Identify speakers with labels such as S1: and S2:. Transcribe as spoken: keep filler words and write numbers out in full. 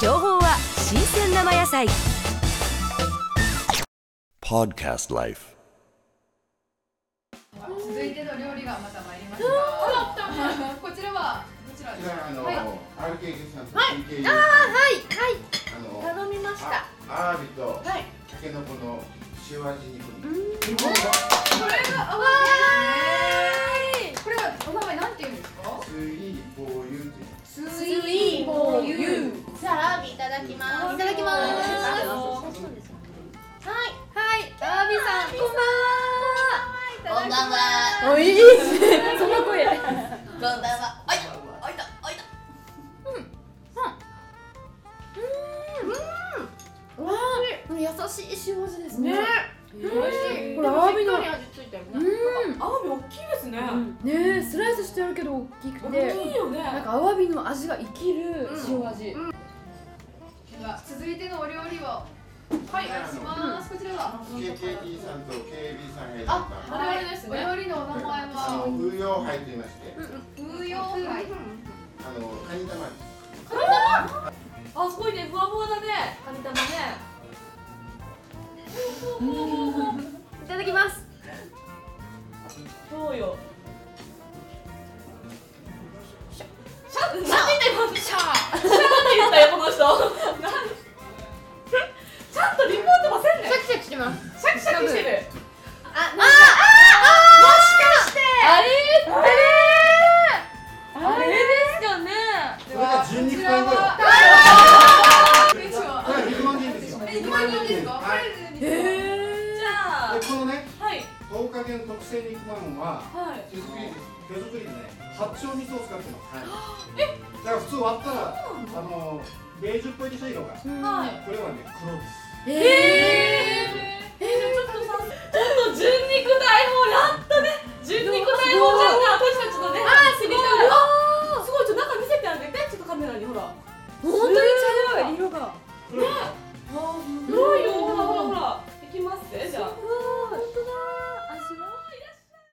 S1: 情報は新鮮生野菜。
S2: Podcast Life。
S3: 続いての料理がまた参りますが、こちらはどちらですか？
S4: あの、
S3: はい、
S4: アールケー さんと
S5: はい
S4: ピーケー
S5: あーはいはい
S4: あの
S5: 頼みました。
S4: あアワビと
S5: はい
S4: タケノコの塩味肉。
S3: これがアワビですね。これはお名前なんて言うんですか？
S4: スイーボーユー。
S3: ス
S5: スイーボーユー。じゃあアワビいただきます。いただきます。はいはいアワビさんこんばんは。こんばんは。おいしい。その声。こんばんは。あいたあいたあいた。うんうんうん。わあ優しい塩味ですね。
S3: 美味しい。
S5: これアワビの
S3: しっかり味ついてるね。
S5: うん
S6: アワビ大きいですね。
S5: ねえスライスしてあるけど大きくて
S6: 大きいよね。
S5: なんかアワビの味が生きる塩味。
S3: では続いてのお料理をはいお願いします。こちらは
S4: ケーケーティー さんと ケービー さんがいる
S3: あ、
S4: か
S3: 我々ですね。お料理のお名前
S4: あ
S3: は
S4: の風葉杯と言いまして、
S3: 風葉杯。
S4: あのカニ玉。
S6: あ、すごいね、ふわふわだね。カニ玉ね。
S5: いただきます。
S6: そうよ。シャシャなんて言った今シャーシャーって言ったよこの人。ちゃんとリポートもせんねん。
S5: シャキシャキしてます。
S6: シャキシャキしてる。
S5: あ、あ、
S6: もしかしてあれあれあれですかね。
S4: それがじゅうにこぐらい。これは肉まんでいいんですよ。
S3: 肉まんでいいんですか？
S4: はい。
S6: じゃあ
S4: でこのね、
S6: はい
S4: 十日限特製肉まんは
S6: はい
S4: 手作りです。手作りでね、八丁味噌を使ってます。はい。え、だから普通割ったらあのベージュっぽいでしょ色が。
S6: はい。
S4: これはね黒です。
S6: えー、えー、ちょっとさ、ちょっと純肉大砲やったね。純肉大砲ちゃんが私たちのね、あーすごい、あーすごい、ちょっと中見せてあげて、ちょっとカメラにほら。
S5: 本当に茶色い色が。
S4: 黒い。
S6: あー、すごいよ、ほらほらほら。いきますね、じゃあ。